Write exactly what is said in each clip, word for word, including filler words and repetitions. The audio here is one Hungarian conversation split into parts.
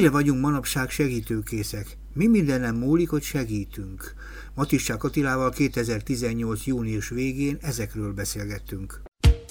Mennyire vagyunk manapság segítőkészek? Mi mindenem múlik, hogy segítünk? Matissák Attilával kétezer-tizennyolc. június végén ezekről beszélgettünk.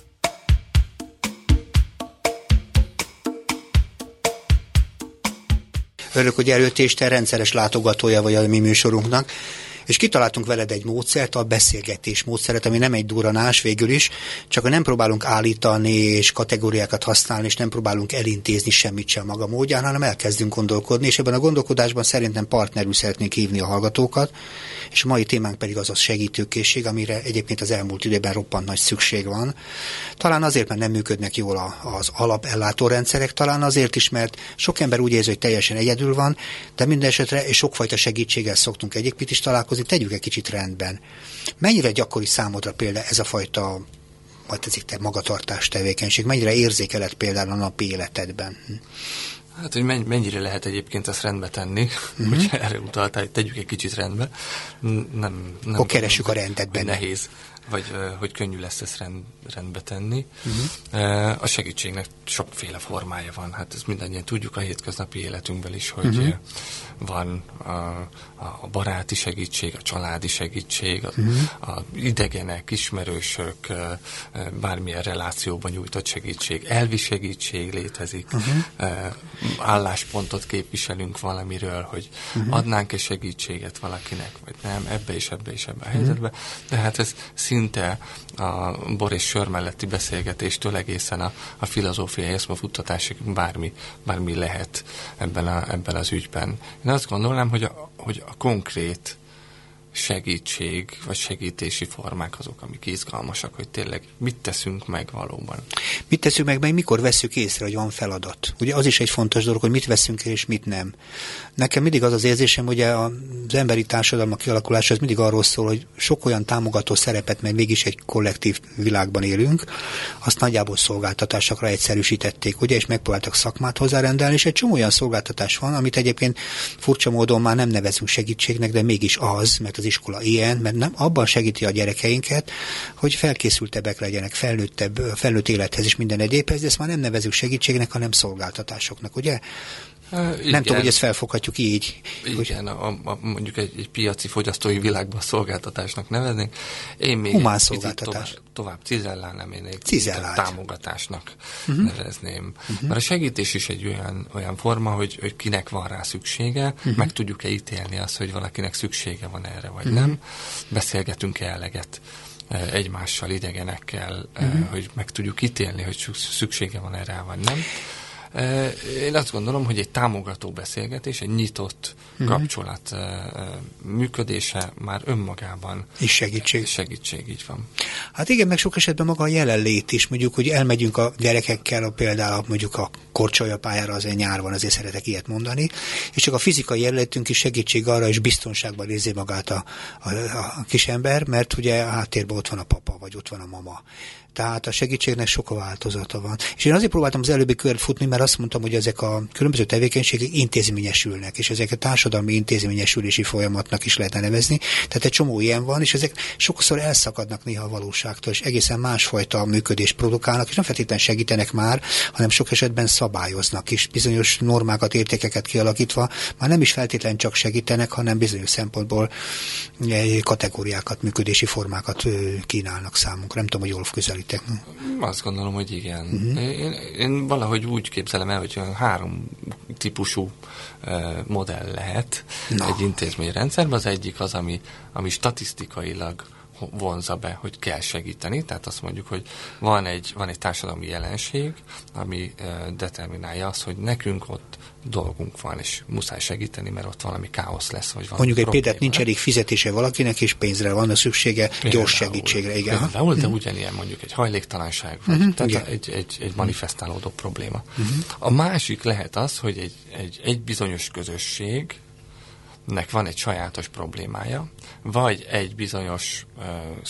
Örülök, hogy eljöttél, és te rendszeres látogatója vagy a mi műsorunknak, és kitaláltunk veled egy módszert, a beszélgetés módszeret, ami nem egy duranás végül is, csak nem próbálunk állítani és kategóriákat használni, és nem próbálunk elintézni semmit sem maga módján, hanem elkezdünk gondolkodni, és ebben a gondolkodásban szerintem partnerül szeretnénk hívni a hallgatókat, és a mai témánk pedig az a segítőkészség, amire egyébként az elmúlt időben roppant nagy szükség van. Talán azért, mert nem működnek jól az alapellátórendszerek, talán azért is, mert sok ember úgy érzi, hogy teljesen egyedül van, de minden esetre és sokfajta segítséggel szoktunk egyébként is találkozni, tegyük egy kicsit rendben. Mennyire gyakori számodra például ez a fajta, vagy tetszik te, magatartás tevékenység, mennyire érzékeled például a napi életedben? Hát, hogy mennyire lehet egyébként ezt rendbe tenni, uh-huh. hogy erre utaltál, hogy tegyük egy kicsit rendbe. Nem, nem Akkor keressük a rendet benne. Nehéz, vagy uh, hogy könnyű lesz ezt rend, rendbe tenni. Uh-huh. Uh, a segítségnek sokféle formája van. Hát ezt mindannyian tudjuk a hétköznapi életünkben is, hogy uh-huh. van a, a baráti segítség, a családi segítség, a, uh-huh. a idegenek, ismerősök, bármilyen relációban nyújtott segítség, elvi segítség létezik, uh-huh. álláspontot képviselünk valamiről, hogy uh-huh. adnánk-e segítséget valakinek, vagy nem, ebbe és ebbe és ebbe a helyzetbe. Uh-huh. De hát ez szinte a bor és sör melletti beszélgetéstől egészen a, a filozófiai eszmefuttatásig bármi, bármi lehet ebben, a, ebben az ügyben. Én azt gondolom, hogy a, hogy a konkrét segítség, vagy segítési formák azok, amik izgalmasak, hogy tényleg mit teszünk meg valóban. Mit teszünk meg, meg mikor vesszük észre, hogy van feladat. Ugye az is egy fontos dolog, hogy mit veszünk el, és mit nem. Nekem mindig az az érzésem, hogy az emberi társadalmak kialakulása az mindig arról szól, hogy sok olyan támogató szerepet, mert mégis egy kollektív világban élünk, azt nagyjából szolgáltatásokra egyszerűsítették, ugye, és megpróbáltak szakmát hozzárendelni, és egy csomó olyan szolgáltatás van, amit egyébként furcsa módon már nem nevezünk segítségnek, de mégis az, mert az iskola ilyen, mert nem abban segíti a gyerekeinket, hogy felkészültebbek legyenek, felnőttebb, felnőtt élethez és minden egyébhez, de ezt már nem nevezünk segítségnek, hanem szolgáltatásoknak, ugye? Uh, nem igen. tudom, hogy ezt felfoghatjuk így. Igen, hogy... a, a, mondjuk egy, egy piaci fogyasztói világban szolgáltatásnak neveznénk. Én még humán szolgáltatás. Tovább, tovább cizellálnám, én egy Cizellált. támogatásnak uh-huh. nevezném. Uh-huh. Mert a segítés is egy olyan, olyan forma, hogy, hogy kinek van rá szüksége, uh-huh. meg tudjuk-e ítélni azt, hogy valakinek szüksége van erre, vagy uh-huh. nem. Beszélgetünk-e eleget egymással, idegenekkel, uh-huh. hogy meg tudjuk ítélni, hogy szüksége van erre, vagy nem. Én azt gondolom, hogy egy támogató beszélgetés, egy nyitott uh-huh. kapcsolat működése már önmagában és segítség. Segítség, így van. Hát igen, meg sok esetben maga a jelenlét is, mondjuk, hogy elmegyünk a gyerekekkel, például mondjuk a korcsolyapályára, azért nyár van, azért szeretek ilyet mondani, és csak a fizikai jelenlétünk is segítség arra, és biztonságban érzi magát a, a, a kisember, mert ugye a háttérben ott van a papa, vagy ott van a mama. Tehát a segítségnek sok változata van. És én azért próbáltam az előbbi kört futni, mert azt mondtam, hogy ezek a különböző tevékenységek intézményesülnek, és ezek a társadalmi intézményesülési folyamatnak is lehetne nevezni. Tehát egy csomó ilyen van, és ezek sokszor elszakadnak néha a valóságtól, és egészen másfajta működést produkálnak, és nem feltétlenül segítenek már, hanem sok esetben szabályoznak, és bizonyos normákat, értékeket kialakítva már nem is feltétlenül csak segítenek, hanem bizonyos szempontból kategóriákat, működési formákat kínálnak számunkra. Nem tudom, hogy jól közel. Azt gondolom, hogy igen. Uh-huh. Én, én valahogy úgy képzelem el, hogy olyan három típusú uh, modell lehet no. egy intézményrendszerben. Az egyik az, ami, ami statisztikailag vonzza be, hogy kell segíteni. Tehát azt mondjuk, hogy van egy, van egy társadalmi jelenség, ami uh, determinálja azt, hogy nekünk ott dolgunk van, és muszáj segíteni, mert ott valami káosz lesz, vagy valami mondjuk egy probléma. példát, nincs elég fizetése valakinek, és pénzre van a szüksége, például, gyors segítségre. Igen. Például, de ugyanilyen mondjuk egy hajléktalanság, vagy uh-huh, tehát egy, egy, egy manifestálódó probléma. Uh-huh. A másik lehet az, hogy egy, egy, egy bizonyos közösség nek van egy sajátos problémája, vagy egy bizonyos uh,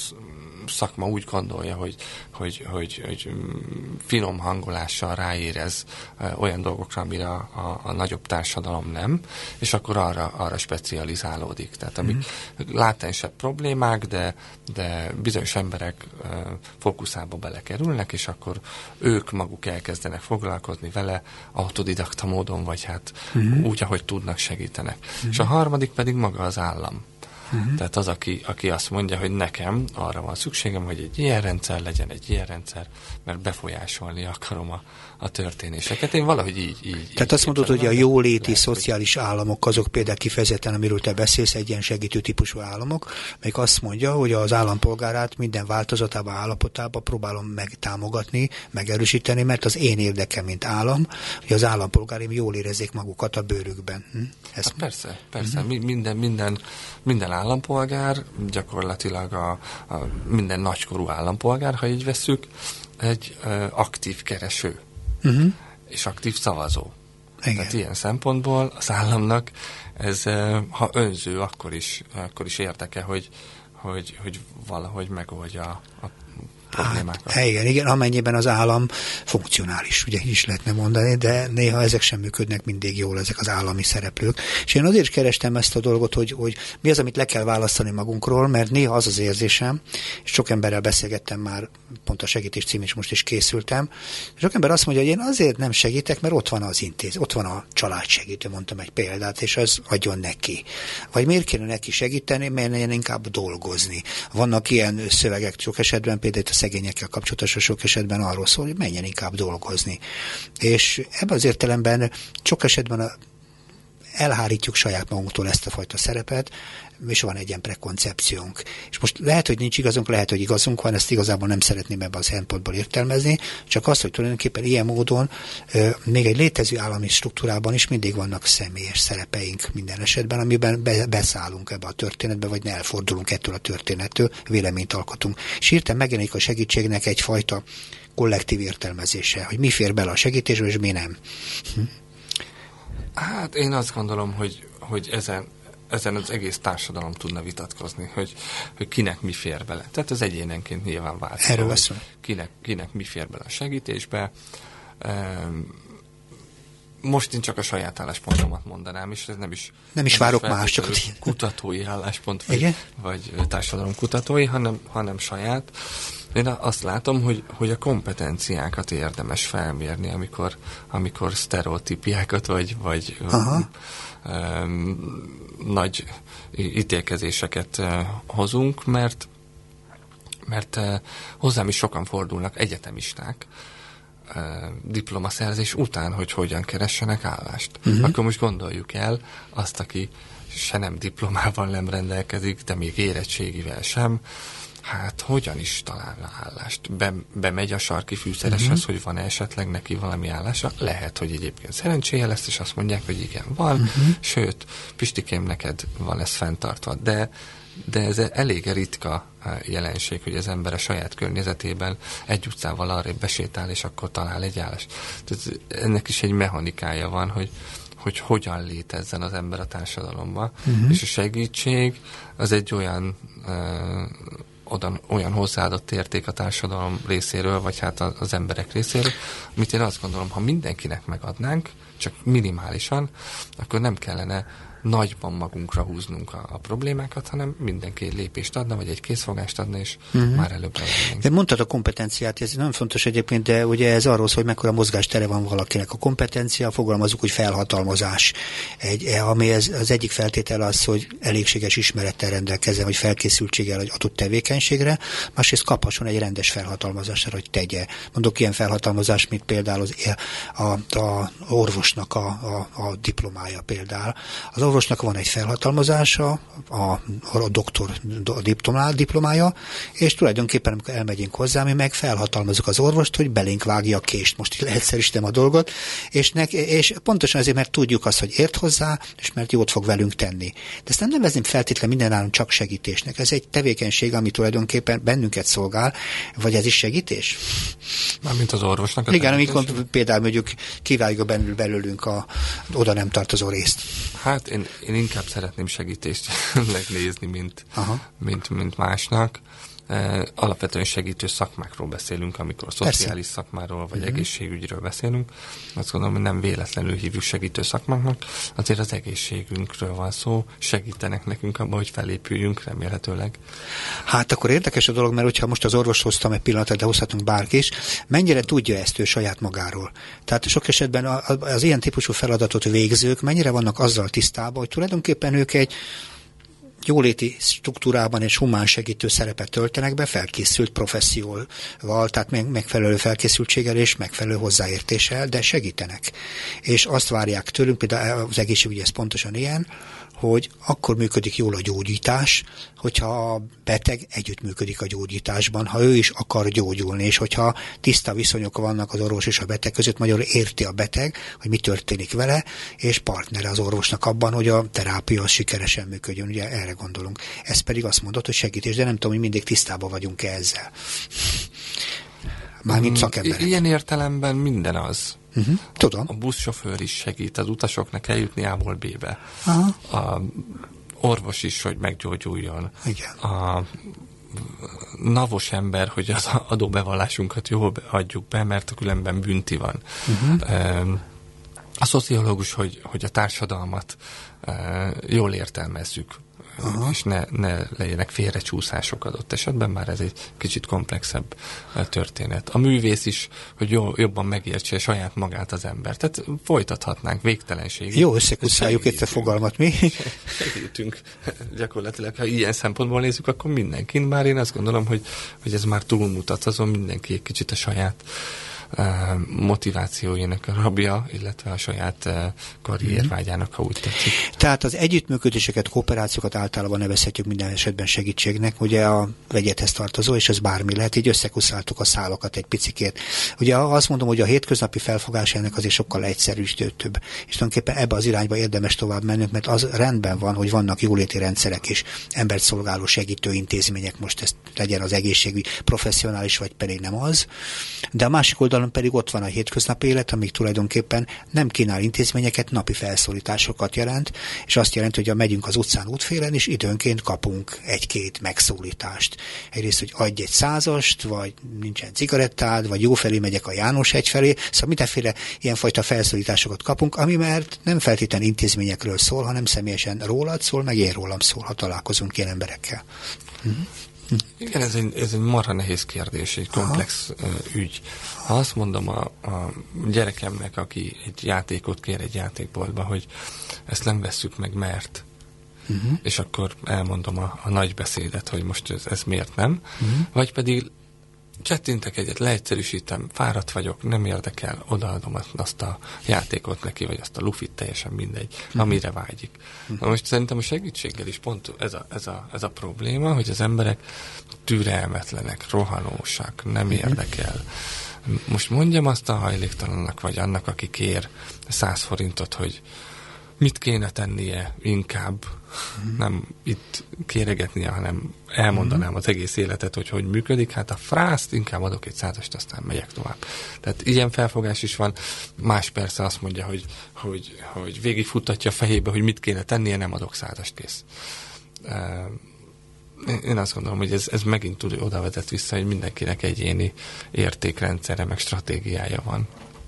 szakma úgy gondolja, hogy, hogy, hogy, hogy finom hangolással ráérez uh, olyan dolgokra, amire a, a, a nagyobb társadalom nem, és akkor arra, arra specializálódik. Tehát amik mm-hmm. látensebb problémák, de, de bizonyos emberek uh, fókuszába belekerülnek, és akkor ők maguk elkezdenek foglalkozni vele autodidakta módon, vagy hát mm-hmm. úgy, ahogy tudnak, segítenek. Mm-hmm. És a harmadik pedig maga az állam. Uh-huh. Tehát az, aki, aki azt mondja, hogy nekem arra van szükségem, hogy egy ilyen rendszer legyen, egy ilyen rendszer, mert befolyásolni akarom a, a történéseket. Én valahogy így... így Tehát így azt mondod, hogy a jóléti lehet, szociális hogy... államok, azok például kifejezetten, amiről te beszélsz, egy ilyen segítő típusú államok, melyik azt mondja, hogy az állampolgárát minden változatában, állapotában próbálom megtámogatni, megerősíteni, mert az én érdekem, mint állam, hogy az állampolgárim jól érezzék magukat a bőrükben. Hm? Ez hát persze, persze. Uh-huh. Minden, minden, minden állampolgár, gyakorlatilag a, a minden nagykorú állampolgár, ha így vesszük, egy ö, aktív kereső, uh-huh. és aktív szavazó. Igen. Tehát ilyen szempontból az államnak ez, ö, ha önző, akkor is, akkor is érdeke, hogy, hogy, hogy valahogy megoldja a problémákat. Hát, igen, igen, amennyiben az állam funkcionális, ugye is lehetne mondani, de néha ezek sem működnek mindig jól, ezek az állami szereplők. És én azért is kerestem ezt a dolgot, hogy, hogy mi az, amit le kell választani magunkról, mert néha az az érzésem, és sok emberrel beszélgettem már, pont a segítés cím is most is készültem, és sok ember azt mondja, hogy én azért nem segítek, mert ott van az intéz, ott van a családsegítő, mondtam egy példát, és az adjon neki. Vagy miért kéne neki segíteni, mert ne inkább dolgozni. Vannak ilyen szövegek, sok esetben például a szegényekkel kapcsolatosan sok esetben arról szól, hogy menjen inkább dolgozni. És ebben az értelemben sok esetben a, elhárítjuk saját magunktól ezt a fajta szerepet, és van egy ilyen prekoncepciónk. És most lehet, hogy nincs igazunk, lehet, hogy igazunk van, ezt igazából nem szeretném ebben a szempontból értelmezni, csak azt, hogy tulajdonképpen ilyen módon euh, még egy létező állami struktúrában is mindig vannak személyes szerepeink minden esetben, amiben be, beszállunk ebbe a történetbe, vagy ne elfordulunk ettől a történettől, véleményt alkotunk. És hirtelen megjelenik a segítségnek egyfajta kollektív értelmezése, hogy mi fér bele a segítésbe, és mi nem. Hm? Hát én azt gondolom, hogy, hogy ezen ezen az egész társadalom tudna vitatkozni, hogy, hogy kinek mi fér bele. Tehát az egyénenként nyilván változó. Erről lesz. Kinek, kinek mi fér bele a segítésbe. Most én csak a saját álláspontomat mondanám, és ez nem is... Nem is nem várok is más, csak... kutatói álláspont, vagy, vagy társadalomkutatói, hanem, hanem saját. Én azt látom, hogy, hogy a kompetenciákat érdemes felmérni, amikor, amikor sztereotípiákat, vagy, vagy um, um, nagy ítélkezéseket uh, hozunk, mert, mert uh, hozzám is sokan fordulnak egyetemisták, uh, diplomaszerzés után, hogy hogyan keressenek állást. Uh-huh. Akkor most gondoljuk el azt, aki se nem diplomával nem rendelkezik, de még érettségivel sem, hát hogyan is találna állást? Be, bemegy a sarki fűszereshez, uh-huh. hogy van esetleg neki valami állása? Lehet, hogy egyébként szerencséje lesz, és azt mondják, hogy igen, van, uh-huh. sőt, Pistikém, neked van ez fenntartva, de, de ez elég ritka jelenség, hogy az ember a saját környezetében egy utcával arrébb besétál, és akkor talál egy állást. Tehát ennek is egy mechanikája van, hogy hogy hogyan létezzen az ember a társadalomban, uh-huh. és a segítség az egy olyan uh, odan, olyan hozzáadott érték a társadalom részéről, vagy hát az emberek részéről, amit én azt gondolom, ha mindenkinek megadnánk, csak minimálisan, akkor nem kellene nagyban magunkra húznunk a, a problémákat, hanem mindenki egy lépést adna, vagy egy készfogást adna, és uh-huh. már előbb lennénk. De mondtad a kompetenciát, ez nagyon fontos egyébként, de ugye ez arról szól, hogy mekkora mozgástere van valakinek. A kompetencia, fogalmazunk, hogy felhatalmazás, egy, ami ez, az egyik feltétel az, hogy elégséges ismerettel rendelkezzen, vagy felkészültséggel egy adott tevékenységre, másrészt kaphasson egy rendes felhatalmazásra, hogy tegye. Mondok ilyen felhatalmazás, mint például az, a, a orvosnak a, a, a diplomája például. Az orvosnak van egy felhatalmazása, a, a doktor diplomá, diplomája, és tulajdonképpen, amikor elmegyünk hozzá, mi meg felhatalmazunk az orvost, hogy belénk vágja a kést. Most leegyszerűsítem a dolgot, és, ne, és pontosan azért, mert tudjuk azt, hogy ért hozzá, és mert jót fog velünk tenni. De ezt nem nevezném feltétlenül mindenáron csak segítésnek. Ez egy tevékenység, ami tulajdonképpen bennünket szolgál, vagy ez is segítés? Mármint az orvosnak a igen, amikor például mondjuk kivágja belül belőlünk a oda nem tartozó részt. Hát én Én, én inkább szeretném segítést megnézni, mint, mint, mint másnak. Alapvetően segítő szakmákról beszélünk, amikor szociális Persze. szakmáról vagy uh-huh. egészségügyről beszélünk. Azt gondolom, hogy nem véletlenül hívjuk segítő szakmáknak, azért az egészségünkről van szó, segítenek nekünk abban, hogy felépüljünk remélhetőleg. Hát akkor érdekes a dolog, mert hogyha most az orvos hoztam egy pillanatot, de hozhatunk bárki is, mennyire tudja ezt ő saját magáról? Tehát sok esetben az ilyen típusú feladatot végzők mennyire vannak azzal tisztában, hogy tulajdonképpen ők egy jóléti struktúrában egy humán segítő szerepet töltenek be, felkészült professzióval, tehát megfelelő felkészültséggel és megfelelő hozzáértéssel, de segítenek. És azt várják tőlünk, például az egészségügy ez pontosan ilyen, hogy akkor működik jól a gyógyítás, hogyha a beteg együttműködik a gyógyításban, ha ő is akar gyógyulni, és hogyha tiszta viszonyok vannak az orvos és a beteg között, magyarul érti a beteg, hogy mi történik vele, és partnere az orvosnak abban, hogy a terápia az sikeresen működjön. Ugye erre gondolunk. Ez pedig azt mondott, hogy segítés, de nem tudom, hogy mindig tisztában vagyunk-e ezzel. Mármint szakemberek. Ilyen értelemben minden az. Uh-huh. Tudom. A buszsofőr is segít az utasoknak eljutni A-ból B-be. Aha. A orvos is, hogy meggyógyuljon. Igen. A navos ember, hogy az adóbevallásunkat jól adjuk be, mert különben bünti van. Uh-huh. A szociológus, hogy, hogy a társadalmat jól értelmezzük. Aha. És ne, ne legyenek félrecsúszások adott esetben, már ez egy kicsit komplexebb történet. A művész is, hogy jó, jobban megértse saját magát az ember. Tehát folytathatnánk végtelenségig. Jó, összekuszáljuk itt a fogalmat, mi? Segítünk gyakorlatilag. Ha ilyen szempontból nézzük, akkor mindenkin, bár én azt gondolom, hogy, hogy ez már túlmutat, azon mindenki egy kicsit a saját motivációjának a rabja, illetve a saját karriervágyának, ha úgy tetszik. Tehát az együttműködéseket, kooperációkat általában nevezhetjük minden esetben segítségnek, ugye a vegyethez tartozó, és ez bármi lehet, így összekuszáltuk a szálakat egy picikét. Ugye azt mondom, hogy a hétköznapi felfogás ennek azért sokkal egyszerűsítőbb, és tulajdonképpen ebbe az irányba érdemes tovább mennünk, mert az rendben van, hogy vannak jóléti rendszerek és embert szolgáló segítő intézmények, most ez legyen az egészségügy professzionális, vagy pedig nem az, de a másik oldalon pedig ott van a hétköznapi élet, amik tulajdonképpen nem kínál intézményeket, napi felszólításokat jelent, és azt jelenti, hogy ha megyünk az utcán útfélen, és időnként kapunk egy-két megszólítást. Egyrészt, hogy adj egy százast, vagy nincsen cigarettád, vagy jófelé megyek a János hegy felé, szóval mindenféle ilyenfajta felszólításokat kapunk, ami mert nem feltétlenül intézményekről szól, hanem személyesen rólad szól, meg én rólam szól, ha találkozunk ilyen emberekkel. Hm? Igen, ez egy, ez egy marha nehéz kérdés, egy komplex uh, ügy. Ha azt mondom a, a gyerekemnek, aki egy játékot kér egy játékboltba, hogy ezt nem vesszük meg, mert, uh-huh. és akkor elmondom a, a nagy beszédet, hogy most ez, ez miért nem, uh-huh. vagy pedig csettintek egyet, leegyszerűsítem, fáradt vagyok, nem érdekel, odaadom azt a játékot neki, vagy azt a lufit, teljesen mindegy, uh-huh. amire vágyik. Uh-huh. Na most szerintem a segítséggel is pont ez a, ez a, ez a probléma, hogy az emberek türelmetlenek, rohanósak, nem uh-huh. érdekel. Most mondjam azt a hajléktalannak, vagy annak, aki kér száz forintot, hogy mit kéne tennie inkább, mm. nem itt kéregetnie, hanem elmondanám mm. az egész életet, hogy hogy működik, hát a frászt inkább adok egy százast, aztán megyek tovább. Tehát ilyen felfogás is van. Más persze azt mondja, hogy, hogy, hogy végigfuttatja a fejébe, hogy mit kéne tennie, nem adok százast, kész. Én azt gondolom, hogy ez, ez megint tud, oda vezet vissza, hogy mindenkinek egyéni értékrendszere, meg stratégiája van.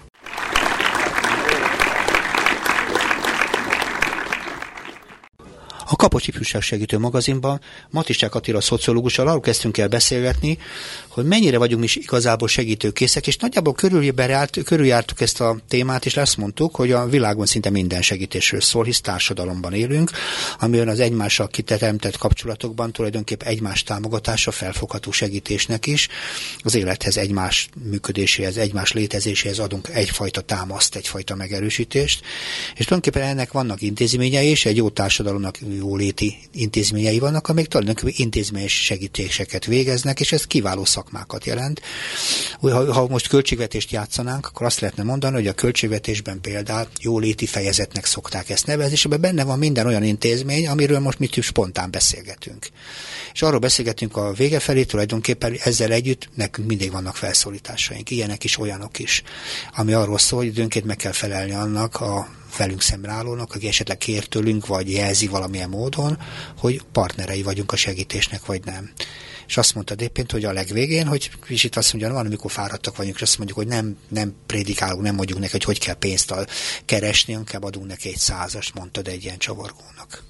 A Kapocs Ifjúság Segítő magazinban Matiszcsák Attila szociológussal arról kezdtünk el beszélgetni, hogy mennyire vagyunk mi is igazából segítőkészek, és nagyjából körüljártuk ezt a témát, és azt mondtuk, hogy a világon szinte minden segítésről szól, hisz társadalomban élünk, amiben az egymással kiteremtett kapcsolatokban tulajdonképpen egymás támogatása felfogható segítésnek is, az élethez, egymás működéséhez, egymás létezéséhez adunk egyfajta támaszt, egyfajta megerősítést, és tulajdonképpen ennek vannak intézményei, és egy jó társadalomnak jóléti intézményei vannak, amik tulajdonképpen intézményes segítéseket végeznek, és ez kiváló szakmákat jelent. Ha, ha most költségvetést játszanánk, akkor azt lehetne mondani, hogy a költségvetésben például jóléti fejezetnek szokták ezt nevezni, és ebben benne van minden olyan intézmény, amiről most mi spontán beszélgetünk. És arról beszélgetünk a vége felé, tulajdonképpen ezzel együtt nekünk mindig vannak felszólításaink, ilyenek is, olyanok is, ami arról szól, hogy időnként meg kell felelni annak a velünk szemben állónak, aki esetleg kér tőlünk, vagy jelzi valamilyen módon, hogy partnerei vagyunk a segítésnek, vagy nem. És azt mondta éppen, hogy a legvégén, hogy kicsit azt mondja, van, amikor fáradtak vagyunk, és azt mondjuk, hogy nem, nem prédikálunk, nem mondjuk neki, hogy hogy kell pénzt keresni, inkább adunk neki egy százast, mondtad egy ilyen csavargónak.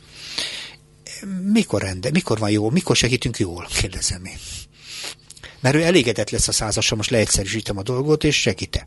Mikor rende, mikor van jó, mikor segítünk jól, kérdezem én. Mert ő elégedett lesz a százassal, most leegyszerűsítem a dolgot, és segít-e?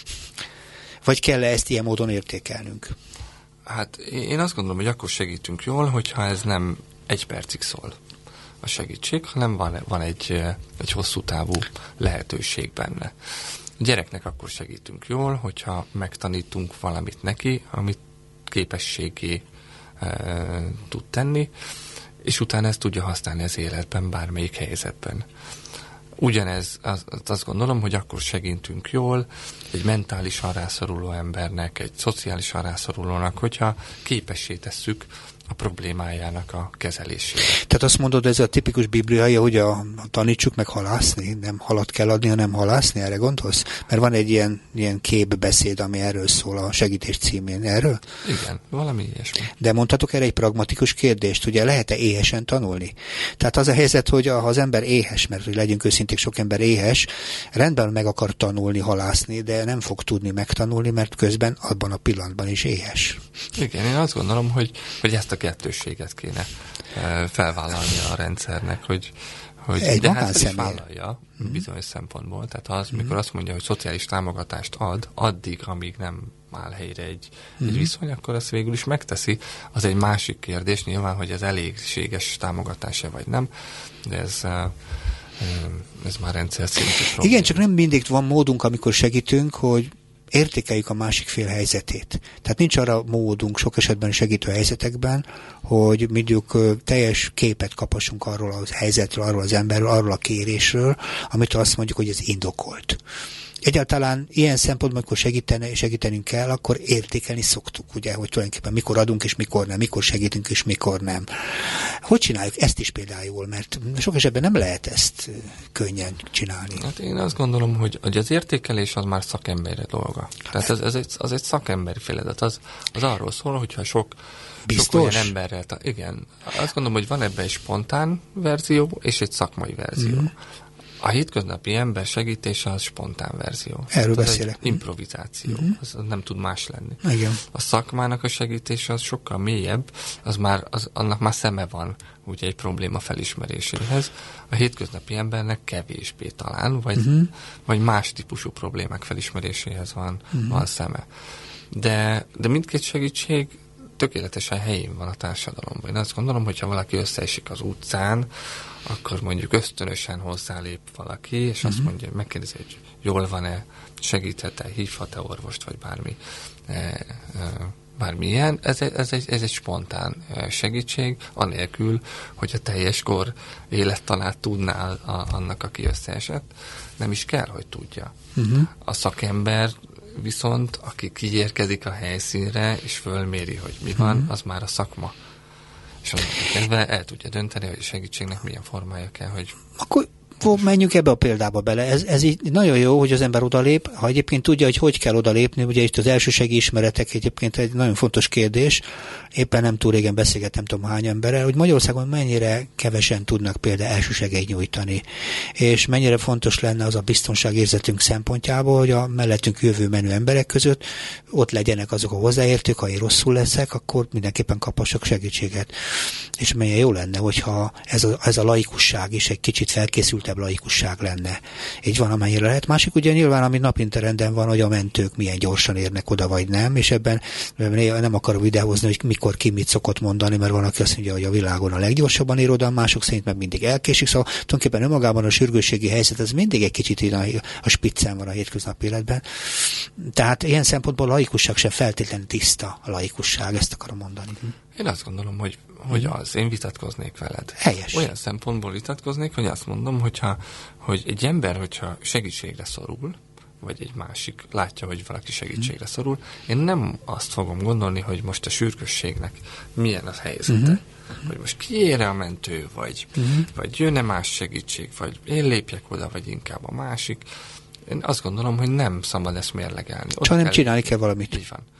Vagy kell -e ezt ilyen módon értékelnünk? Hát én azt gondolom, hogy akkor segítünk jól, hogyha ez nem egy percig szól a segítség, hanem van, van egy, egy hosszú távú lehetőség benne. A gyereknek akkor segítünk jól, hogyha megtanítunk valamit neki, amit képességé e, tud tenni, és utána ezt tudja használni az életben, bármelyik helyzetben. Ugyanez, az, azt gondolom, hogy akkor segítünk jól egy mentálisan rászoruló embernek, egy szociálisan rászorulónak, hogyha képessé tesszük a problémájának a kezelésére. Tehát azt mondod, ez a tipikus bibliai, hogy a, a tanítsuk meg halászni, nem halat kell adni, hanem halászni, erre gondolsz? Mert van egy ilyen, ilyen képbeszéd, ami erről szól a segítés címén. Erről? Igen, valami ilyesmi. De mondhatok erre egy pragmatikus kérdést, ugye lehet-e éhesen tanulni? Tehát az a helyzet, hogy ha az ember éhes, mert legyünk őszinték, sok ember éhes, rendben meg akar tanulni, halászni, de nem fog tudni megtanulni, mert közben abban a pillanatban is éhes. Igen, én azt gondolom, hogy, hogy ezt a kettősséget kéne felvállalni a rendszernek, hogy, hogy egy de hát is vállalja mm-hmm. bizonyos szempontból. Tehát az, mm-hmm. mikor azt mondja, hogy szociális támogatást ad, addig, amíg nem áll helyre egy, mm-hmm. egy viszony, akkor ezt végül is megteszi. Az egy másik kérdés, nyilván, hogy ez elégséges támogatása vagy nem, de ez... ez már rendszer szintű probléma. Igen, csak nem mindig van módunk, amikor segítünk, hogy értékeljük a másik fél helyzetét. Tehát nincs arra módunk sok esetben segítő helyzetekben, hogy mondjuk teljes képet kapassunk arról a helyzetről, arról az emberről, arról a kérésről, amitől azt mondjuk, hogy ez indokolt. Egyáltalán ilyen szempontból, amikor segíteni, segítenünk kell, akkor értékelni szoktuk, ugye, hogy tulajdonképpen mikor adunk és mikor nem, mikor segítünk és mikor nem. Hogy csináljuk ezt is például jól, mert sok esetben nem lehet ezt könnyen csinálni. Hát én azt gondolom, hogy, hogy az értékelés az már szakemberre dolga. Tehát ez, ez egy, az egy szakemberi feladat. Az, az arról szól, hogyha sok, sok olyan emberrel... Igen, azt gondolom, hogy van ebben egy spontán verzió és egy szakmai verzió. Mm. A hétköznapi ember segítése az spontán verzió. Erről az beszélek. Improvizáció. Mm-hmm. Az nem tud más lenni. Igen. A szakmának a segítése az sokkal mélyebb, az már, az, annak már szeme van ugye egy probléma felismeréséhez. A hétköznapi embernek kevésbé talán, vagy, mm-hmm. vagy más típusú problémák felismeréséhez van, mm-hmm. van szeme. De, de mindkét segítség tökéletesen helyén van a társadalomban. Én azt gondolom, hogyha valaki összeesik az utcán, akkor mondjuk ösztönösen hozzálép valaki, és uh-huh. azt mondja, megkérdezi, hogy jól van-e, segíthet-e, hívhat-e orvost, vagy bármi, e, e, bármi ilyen. Ez, ez, egy, ez egy spontán segítség, anélkül, hogy a teljes kor élettanát tudná a, annak, aki összeesett. Nem is kell, hogy tudja. Uh-huh. A szakember viszont, aki kiérkezik a helyszínre, és fölméri, hogy mi van, uh-huh. az már a szakma. És kezdve el tudja dönteni, hogy a segítségnek milyen formája kell, hogy... Akkor menjünk ebbe a példába bele. Ez, ez így nagyon jó, hogy az ember odalép, ha egyébként tudja, hogy hogy kell odalépni, ugye itt az elsősegi ismeretek egyébként egy nagyon fontos kérdés, éppen nem túl régen beszélgettem, tudom hány emberrel, hogy Magyarországon mennyire kevesen tudnak például elsősegélyt nyújtani, és mennyire fontos lenne az a biztonságérzetünk szempontjából, hogy a mellettünk jövő menő emberek között ott legyenek azok a hozzáértők, ha én rosszul leszek, akkor mindenképpen kaphassak segítséget. És mennyire jó lenne, hogyha ez a, ez a laikusság is egy kicsit felkészültebb laikusság lenne. Így van, amennyire lehet. Másik ugye nyilván, ami napinterenden van, hogy a mentők milyen gyorsan érnek oda, vagy nem, és ebben nem akarom videózni, hogy mikor ki mit szokott mondani, mert van, aki azt mondja, hogy a világon a leggyorsabban ér oda, mások szerint meg mindig elkésik, szóval tulajdonképpen önmagában a sürgősségi helyzet, ez mindig egy kicsit a, a spiccen van a hétköznapi életben. Tehát ilyen szempontból a laikusság sem feltétlenül tiszta a laikusság, ezt akarom mondani. Én azt gondolom, hogy, hogy az, én vitatkoznék veled. Helyes. Olyan szempontból vitatkoznék, hogy azt mondom, hogyha, hogy egy ember, hogyha segítségre szorul, vagy egy másik látja, hogy valaki segítségre szorul, én nem azt fogom gondolni, hogy most a sürgősségnek milyen az helyzete. Uh-huh. Hogy most kiére a mentő, vagy, uh-huh. vagy jön-e más segítség, vagy én lépjek oda, vagy inkább a másik. Én azt gondolom, hogy nem szabad ezt mérlegelni. Csak nem csinálni kell valamit. Így van.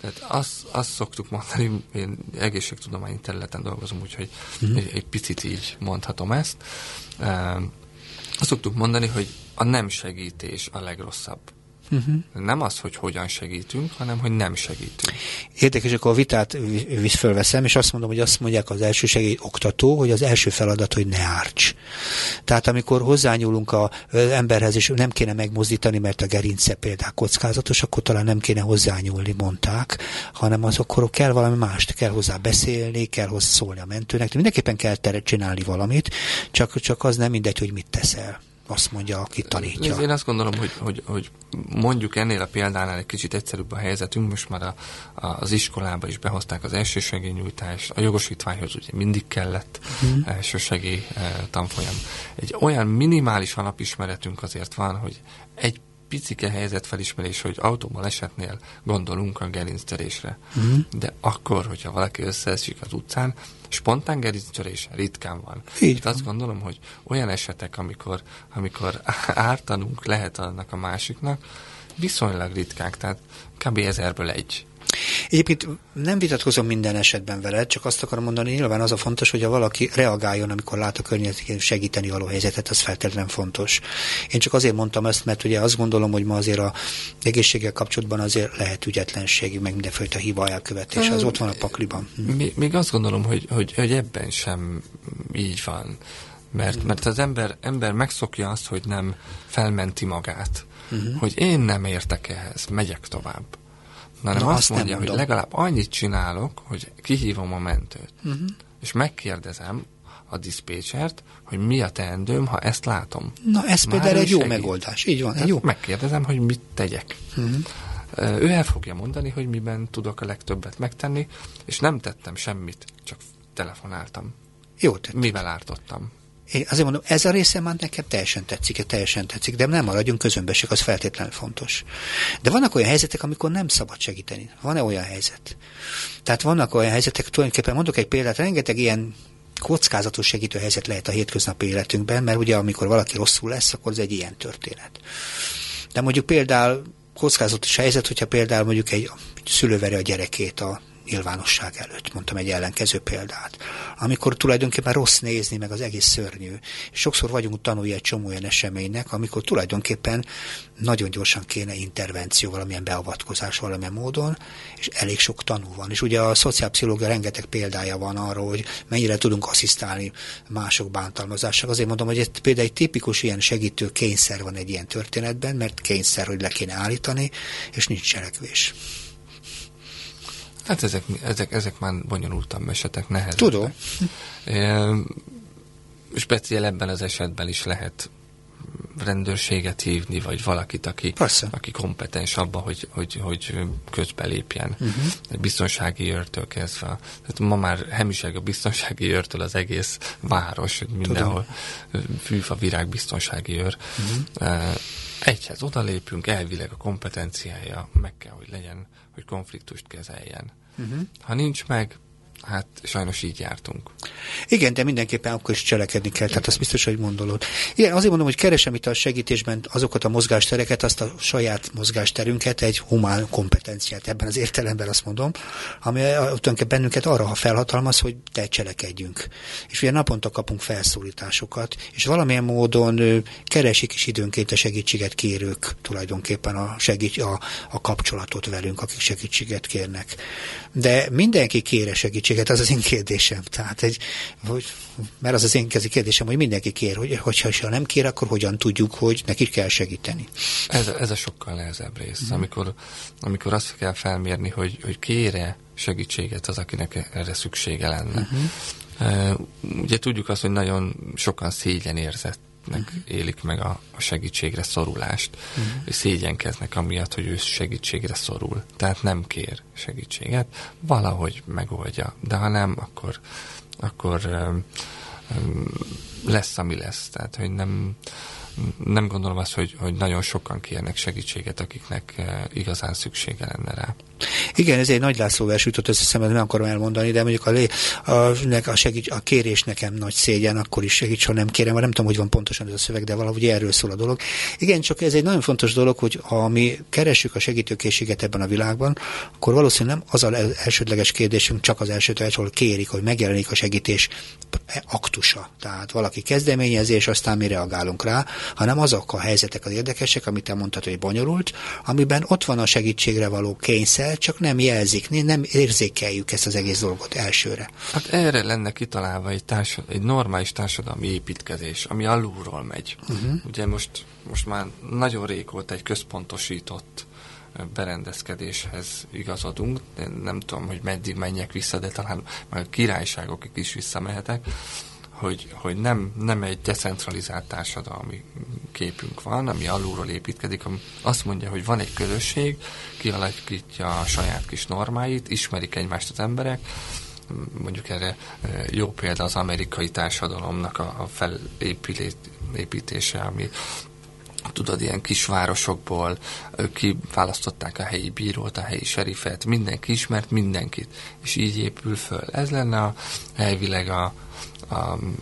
Tehát azt, azt szoktuk mondani, én egészségtudományi területen dolgozom, úgyhogy uh-huh. egy, egy picit így mondhatom ezt. Uh, azt szoktuk mondani, hogy a nem segítés a legrosszabb. Uh-huh. Nem az, hogy hogyan segítünk, hanem hogy nem segítünk. Érdekes, akkor a vitát visz fölveszem, és azt mondom, hogy azt mondják az elsősegély oktató, hogy az első feladat, hogy ne árts. Tehát amikor hozzányúlunk az emberhez, és nem kéne megmozdítani, mert a gerince például kockázatos, akkor talán nem kéne hozzányúlni, mondták, hanem az akkor kell valami mást, kell hozzá beszélni, kell hozzá szólni a mentőnek, de mindenképpen kell teret csinálni valamit, csak, csak az nem mindegy, hogy mit teszel. Azt mondja, aki tanítja. Én azt gondolom, hogy, hogy, hogy mondjuk ennél a példánál egy kicsit egyszerűbb a helyzetünk, most már a, a, az iskolába is behozták az elsősegélynyújtást, a jogosítványhoz ugye mindig kellett uh-huh. elsősegély e, tanfolyam. Egy olyan minimális alapismeretünk azért van, hogy egy picike helyzetfelismerés, hogy autóban esetnél gondolunk a gerinctörésre. Uh-huh. De akkor, hogyha valaki összeesik az utcán, spontán gerinctörés ritkán van. Így van. Azt gondolom, hogy olyan esetek, amikor, amikor ártanunk lehet annak a másiknak, viszonylag ritkák, tehát kb. ezerből egy. Egyébként nem vitatkozom minden esetben veled, csak azt akarom mondani, nyilván az a fontos, hogy ha valaki reagáljon, amikor lát a környezetén segíteni való helyzetet, az feltétlenül fontos. Én csak azért mondtam ezt, mert ugye azt gondolom, hogy ma azért a egészséggel kapcsolatban azért lehet ügyetlenség, meg mindenfajta hiba elkövetés, az ott van a pakliban. Hm. Még azt gondolom, hogy, hogy, hogy ebben sem így van. Mert, mert az ember, ember megszokja azt, hogy nem felmenti magát. Uh-huh. Hogy én nem értek ehhez, megyek tovább. Na, nem, azt, azt mondja, hogy legalább annyit csinálok, hogy kihívom a mentőt. Uh-huh. És megkérdezem a diszpécsert, hogy mi a teendőm, ha ezt látom. Na, ez Már például egy jó segít. megoldás. Így van, egy jó. Megkérdezem, hogy mit tegyek. Uh-huh. Ő el fogja mondani, hogy miben tudok a legtöbbet megtenni, és nem tettem semmit, csak telefonáltam. Jó tettem. Mivel ártottam. Én azért mondom, ez a része már nekem teljesen tetszik, teljesen tetszik, de nem maradjunk közömbösek, az feltétlenül fontos. De vannak olyan helyzetek, amikor nem szabad segíteni. Van-e olyan helyzet? Tehát vannak olyan helyzetek, tulajdonképpen mondok egy példát, rengeteg ilyen kockázatos segítő helyzet lehet a hétköznapi életünkben, mert ugye amikor valaki rosszul lesz, akkor ez egy ilyen történet. De mondjuk például kockázatos helyzet, hogyha például mondjuk egy szülő veri a gyerekét a nyilvánosság előtt, mondtam egy ellenkező példát. Amikor tulajdonképpen rossz nézni, meg az egész szörnyű. És sokszor vagyunk tanulni egy csomó olyan eseménynek, amikor tulajdonképpen nagyon gyorsan kéne intervenció, valamilyen beavatkozás valamilyen módon, és elég sok tanú van. És ugye a szociálpszichológia rengeteg példája van arról, hogy mennyire tudunk asszisztálni mások bántalmazására. Azért mondom, hogy egy, például egy tipikus ilyen segítő kényszer van egy ilyen történetben, mert kényszer, hogy le kéne állítani, és nincs cselekvés. Hát ezek, ezek, ezek már bonyolultabb esetek, nehezek. Tudom. E, speciál ebben az esetben is lehet rendőrséget hívni, vagy valakit, aki, aki kompetens abban, hogy, hogy, hogy közbelépjen. Uh-huh. Egy biztonsági őrtől kezdve. Tehát ma már hemiság a biztonsági őrtől az egész város, hogy mindenhol fűfa virág biztonsági őr. Uh-huh. E, egyhez odalépünk, elvileg a kompetenciája meg kell, hogy legyen, hogy konfliktust kezeljen. Uh-huh. Ha nincs meg, hát sajnos így jártunk. Igen, de mindenképpen akkor is cselekedni kell, tehát azt biztos, hogy gondolod. Igen, azért mondom, hogy keresem itt a segítésben azokat a mozgástereket, azt a saját mozgásterünket, egy humán kompetenciát, ebben az értelemben azt mondom, ami tulajdonképpen bennünket arra ha felhatalmaz, hogy te cselekedjünk. És ugye naponta kapunk felszólításokat, és valamilyen módon keresik is időnként a segítséget kérők tulajdonképpen a, segít, a, a kapcsolatot velünk, akik segítséget kérnek. De mindenki kér segítséget, az az én kérdésem. Tehát egy, hogy, mert az az én kérdésem, hogy mindenki kér, hogy, hogyha ha nem kér, akkor hogyan tudjuk, hogy neki kell segíteni. Ez, ez a sokkal nehezebb rész. Uh-huh. Amikor, amikor azt kell felmérni, hogy, hogy kér-e segítséget az, akinek erre szüksége lenne. Uh-huh. Uh, ugye tudjuk azt, hogy nagyon sokan szégyenérzett Uh-huh. élik meg a, a segítségre szorulást, uh-huh. és szégyenkeznek amiatt, hogy ő segítségre szorul. Tehát nem kér segítséget, valahogy megoldja. De ha nem, akkor, akkor um, um, lesz, ami lesz. Tehát, hogy nem, nem gondolom azt, hogy, hogy nagyon sokan kérnek segítséget, akiknek uh, igazán szüksége lenne rá. Igen, ez egy Nagy László vers jutott össze, nem akarom elmondani, de mondjuk a, a, a, segíts, a kérés nekem nagy szégyen, akkor is segíts, ha nem kérem, nem tudom, hogy van pontosan ez a szöveg, de valahogy erről szól a dolog. Igen, csak ez egy nagyon fontos dolog, hogy ha mi keressük a segítőkészséget ebben a világban, akkor valószínűleg nem az az elsődleges kérdésünk, csak az elsődleges, ahol kérik, hogy megjelenik a segítés aktusa. Tehát valaki kezdeményezés, aztán mi reagálunk rá, hanem azok a helyzetek az érdekesek, amit te mondtad, hogy bonyolult, amiben ott van a segítségre való kényszer, csak nem jelzik, nem érzékeljük ezt az egész dolgot elsőre. Hát erre lenne kitalálva egy, társad, egy normális társadalmi építkezés, ami alulról megy. Uh-huh. Ugye most, most már nagyon régóta egy központosított berendezkedéshez igazodunk, de nem tudom, hogy meddig menjek vissza, de talán már a királyságokig is visszamehetek, hogy, hogy nem, nem egy decentralizált társadalmi képünk van, ami alulról építkezik, ami azt mondja, hogy van egy közösség, kialakítja a saját kis normáit, ismerik egymást az emberek, mondjuk erre jó példa az amerikai társadalomnak a, a felépítése, ami tudod, ilyen kisvárosokból kiválasztották a helyi bírót, a helyi serifet, mindenki ismert mindenkit, és így épül föl. Ez lenne a, elvileg a, a,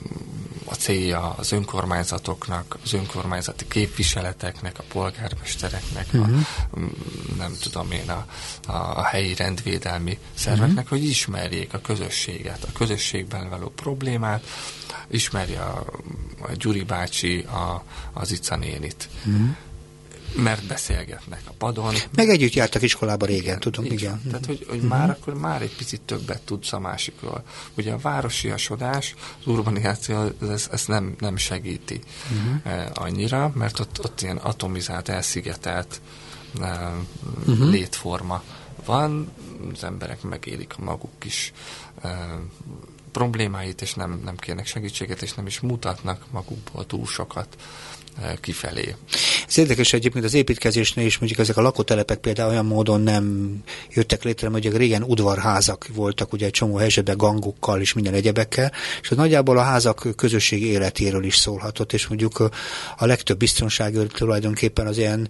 a célja az önkormányzatoknak, az önkormányzati képviseleteknek, a polgármestereknek, uh-huh. a, nem tudom én, a, a helyi rendvédelmi szerveknek, uh-huh. hogy ismerjék a közösséget, a közösségben való problémát, ismerje a, a Gyuri bácsi a, az Ica nénit. Mm. Mert beszélgetnek a padon. Meg együtt jártak iskolába régen, igen, tudom, igen. igen. Tehát, hogy, hogy mm. már akkor már egy picit többet tudsz a másikról. Ugye a városiasodás, az urbanizáció, ez, ez nem, nem segíti mm. eh, annyira, mert ott, ott ilyen atomizált, elszigetelt eh, mm. létforma van, az emberek megélik a maguk is eh, problémáit, és nem, nem kérnek segítséget, és nem is mutatnak magukból túl sokat e, kifelé. Ez érdekes egyébként az építkezésnél is, mondjuk ezek a lakótelepek például olyan módon nem jöttek létre, mondjuk régen udvarházak voltak, ugye egy csomó helyzetben gangokkal és minden egyebekkel, és az nagyjából a házak közösségi életéről is szólhatott, és mondjuk a legtöbb biztonságőr tulajdonképpen az ilyen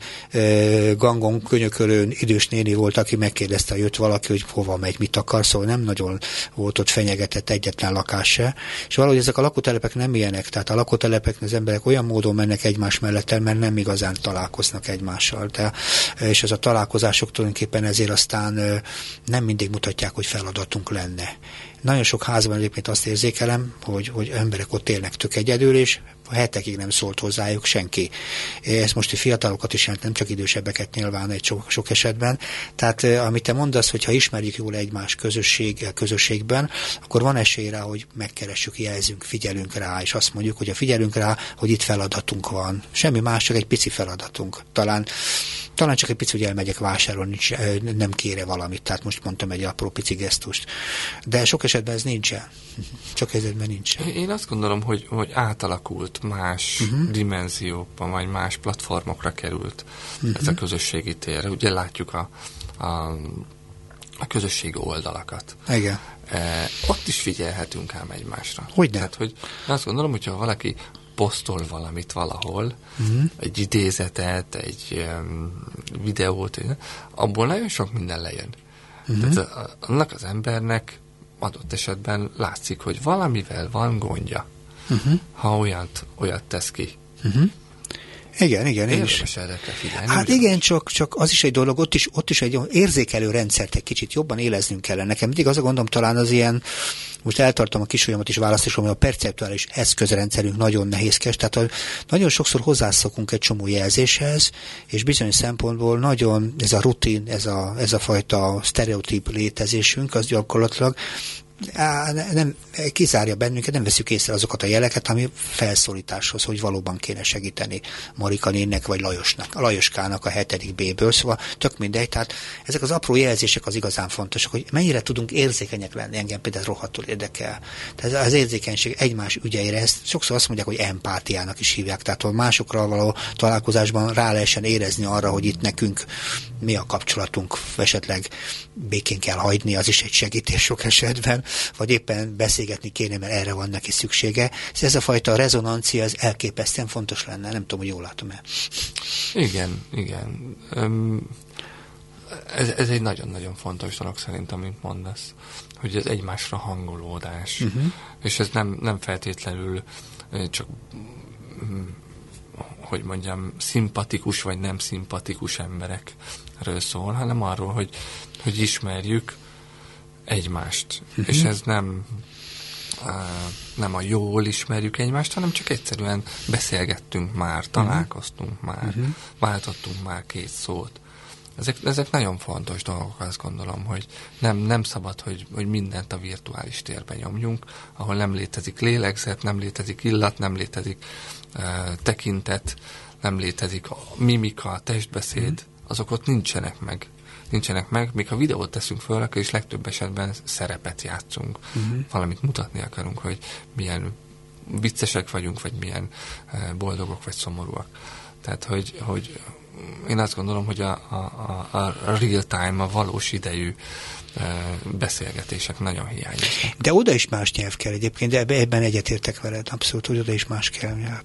e, gangon könyökölőn idős néni volt, aki megkérdezte, jött valaki, hogy hova megy, mit akar, szóval nem nagyon volt ott fenyegetett egyetlen lakás se, és valahogy ezek a lakótelepek nem ilyenek, tehát a lakótelepeknek az emberek olyan módon mennek egymás mellett el, mert nem igazán találkoznak egymással, de, és ez a találkozások tulajdonképpen ezért aztán nem mindig mutatják, hogy feladatunk lenne. Nagyon sok házban egyébként azt érzékelem, hogy, hogy emberek ott élnek tök egyedül, és hetekig nem szólt hozzájuk senki. Ez most a fiatalokat is jelent, nem csak idősebbeket nyilván egy sok, sok esetben. Tehát amit te mondasz, hogy ha ismerjük jól egymás közösség, közösségben, akkor van esély rá, hogy megkeressük, jelzünk, figyelünk rá, és azt mondjuk, hogy a figyelünk rá, hogy itt feladatunk van. Semmi más, csak egy pici feladatunk. Talán Talán csak egy pici, hogy elmegyek vásárolni, nem kére valamit, tehát most mondtam egy apró pici gesztust. De sok esetben ez nincsen. Csak esetben nincsen. Én azt gondolom, hogy, hogy átalakult más uh-huh. dimenziókban, vagy más platformokra került uh-huh. ez a közösségi tér. Ugye látjuk a, a, a közösségi oldalakat. Igen. E, ott is figyelhetünk ám egymásra. Hogyne? Tehát, hogy azt gondolom, hogyha valaki posztol valamit valahol, uh-huh. egy idézetet, egy um, videót, abból nagyon sok minden lejön. Uh-huh. Tehát a, annak az embernek adott esetben látszik, hogy valamivel van gondja, uh-huh. ha olyat, olyat tesz ki. Uh-huh. Igen, igen, én is. Érdemes erre kell figyelni. Hát ugyan? Igen, csak, csak az is egy dolog, ott is, ott is egy érzékelő rendszert egy kicsit jobban éleznünk kellene. Nekem mindig az a gondom, talán az ilyen, most eltartom a kisujjamat is választásom, hogy a perceptuális eszközrendszerünk nagyon nehézkes, tehát a, nagyon sokszor hozzászokunk egy csomó jelzéshez, és bizonyos szempontból nagyon ez a rutin, ez a, ez a fajta sztereotíp létezésünk, az gyakorlatilag Á, nem, kizárja bennünket, nem veszük észre azokat a jeleket, ami felszólításhoz, hogy valóban kéne segíteni Marika nénnek, vagy Lajosnak, a Lajoskának a hetedik B-ből, szóval tök mindegy, tehát ezek az apró jelzések az igazán fontosak, hogy mennyire tudunk érzékenyek lenni, engem például rohadtul érdekel. Tehát az érzékenység egymás ügyeire, ezt sokszor azt mondják, hogy empátiának is hívják, tehát hogy másokra való találkozásban rá lehessen érezni arra, hogy itt nekünk mi a kapcsolatunk, esetleg békén kell hagyni, az is egy segítés sok esetben, vagy éppen beszélgetni kéne, mert erre van neki szüksége. Ez a fajta rezonancia, ez elképesztően fontos lenne. Nem tudom, hogy jól látom-e. Igen, igen. Um, ez, ez egy nagyon-nagyon fontos dolog szerintem, amit mondasz, hogy ez egymásra hangolódás. Uh-huh. És ez nem, nem feltétlenül csak, hogy mondjam, szimpatikus vagy nem szimpatikus emberekről szól, hanem arról, hogy, hogy ismerjük egymást. Uh-huh. És ez nem, nem a jól ismerjük egymást, hanem csak egyszerűen beszélgettünk már, találkoztunk uh-huh. már, uh-huh. váltottunk már két szót. Ezek, ezek nagyon fontos dolgok, azt gondolom, hogy nem, nem szabad, hogy, hogy mindent a virtuális térben nyomjunk, ahol nem létezik lélegzet, nem létezik illat, nem létezik uh, tekintet, nem létezik a mimika, a testbeszéd, azok ott nincsenek meg. Nincsenek meg, még ha videót teszünk föl, akkor is legtöbb esetben szerepet játszunk. Uh-huh. Valamit mutatni akarunk, hogy milyen viccesek vagyunk, vagy milyen uh, boldogok, vagy szomorúak. Tehát, hogy, hogy én azt gondolom, hogy a, a, a real time, a valós idejű e, beszélgetések nagyon hiányoznak. De oda is más nyelv kell egyébként, de ebben egyetértek veled, abszolút, hogy oda is más kell nyelv.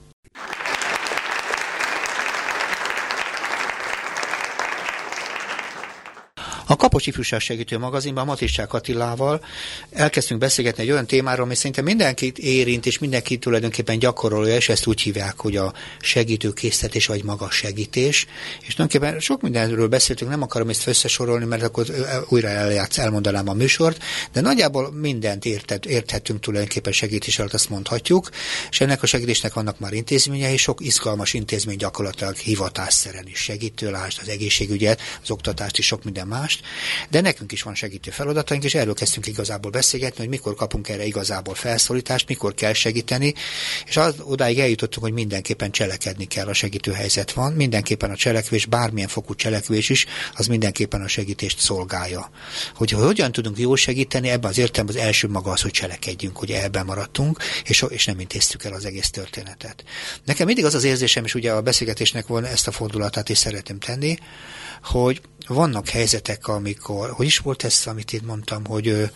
A Kapocs Ifjúság Segítő Magazinban Matiszcsák Attilával elkezdtünk beszélgetni egy olyan témáról, ami szerintem mindenkit érint, és mindenki tulajdonképpen gyakorolja, és ezt úgy hívják, hogy a segítőkésztetés, vagy maga segítés. És tulajdonképpen sok mindenről beszéltünk, nem akarom ezt összesorolni, mert akkor újra eljátsz, elmondanám a műsort, de nagyjából mindent érted, érthetünk tulajdonképpen segítés alatt, azt mondhatjuk, és ennek a segítésnek vannak már intézményei, sok izgalmas intézmény gyakorlatilag hivatásszeren is segítő, lásd az egészségügyet, az oktatást és sok minden más. De nekünk is van segítő feladataink, és erről kezdtünk igazából beszélgetni, hogy mikor kapunk erre igazából felszólítást, mikor kell segíteni, és az, odáig eljutottunk, hogy mindenképpen cselekedni kell, a segítő helyzet van, mindenképpen a cselekvés, bármilyen fokú cselekvés is, az mindenképpen a segítést szolgálja. Hogy hogyan tudunk jól segíteni, ebben az értelemben az első maga az, hogy cselekedjünk, hogy ebben maradtunk, és, és nem intéztük el az egész történetet. Nekem mindig az az érzésem, és ugye a beszélgetésnek volna ezt a fordulatát is szeretném tenni, hogy vannak helyzetek, amikor, hogy is volt ez, amit én mondtam, hogy ö,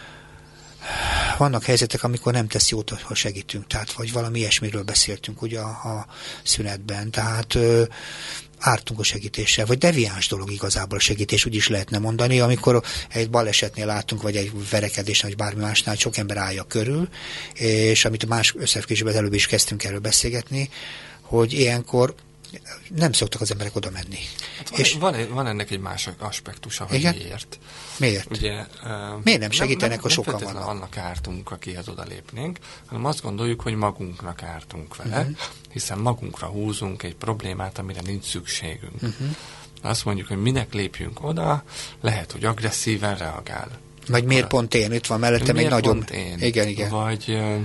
vannak helyzetek, amikor nem tesz jót, ha segítünk, tehát vagy valami ilyesmiről beszéltünk ugye a, a szünetben, tehát ö, ártunk a segítéssel, vagy deviáns dolog igazából a segítés, úgy is lehetne mondani, amikor egy balesetnél látunk, vagy egy verekedésnél, vagy bármi másnál sok ember állja körül, és amit a más összefüggésben előbb is kezdtünk erről beszélgetni, hogy ilyenkor nem szoktak az emberek oda menni. Hát van, és van, van ennek egy más aspektusa, hogy igen? miért. Miért? Ugye, uh, miért nem segítenek, nem, ha sokan vannak? Nem annak ártunk, akihez oda lépnénk, hanem azt gondoljuk, hogy magunknak ártunk vele, uh-huh. hiszen magunkra húzunk egy problémát, amire nincs szükségünk. Uh-huh. Azt mondjuk, hogy minek lépjünk oda, lehet, hogy agresszíven reagál. Vagy miért pont én? Itt van mellettem egy nagyon... Én? Igen, igen. Vagy... Uh,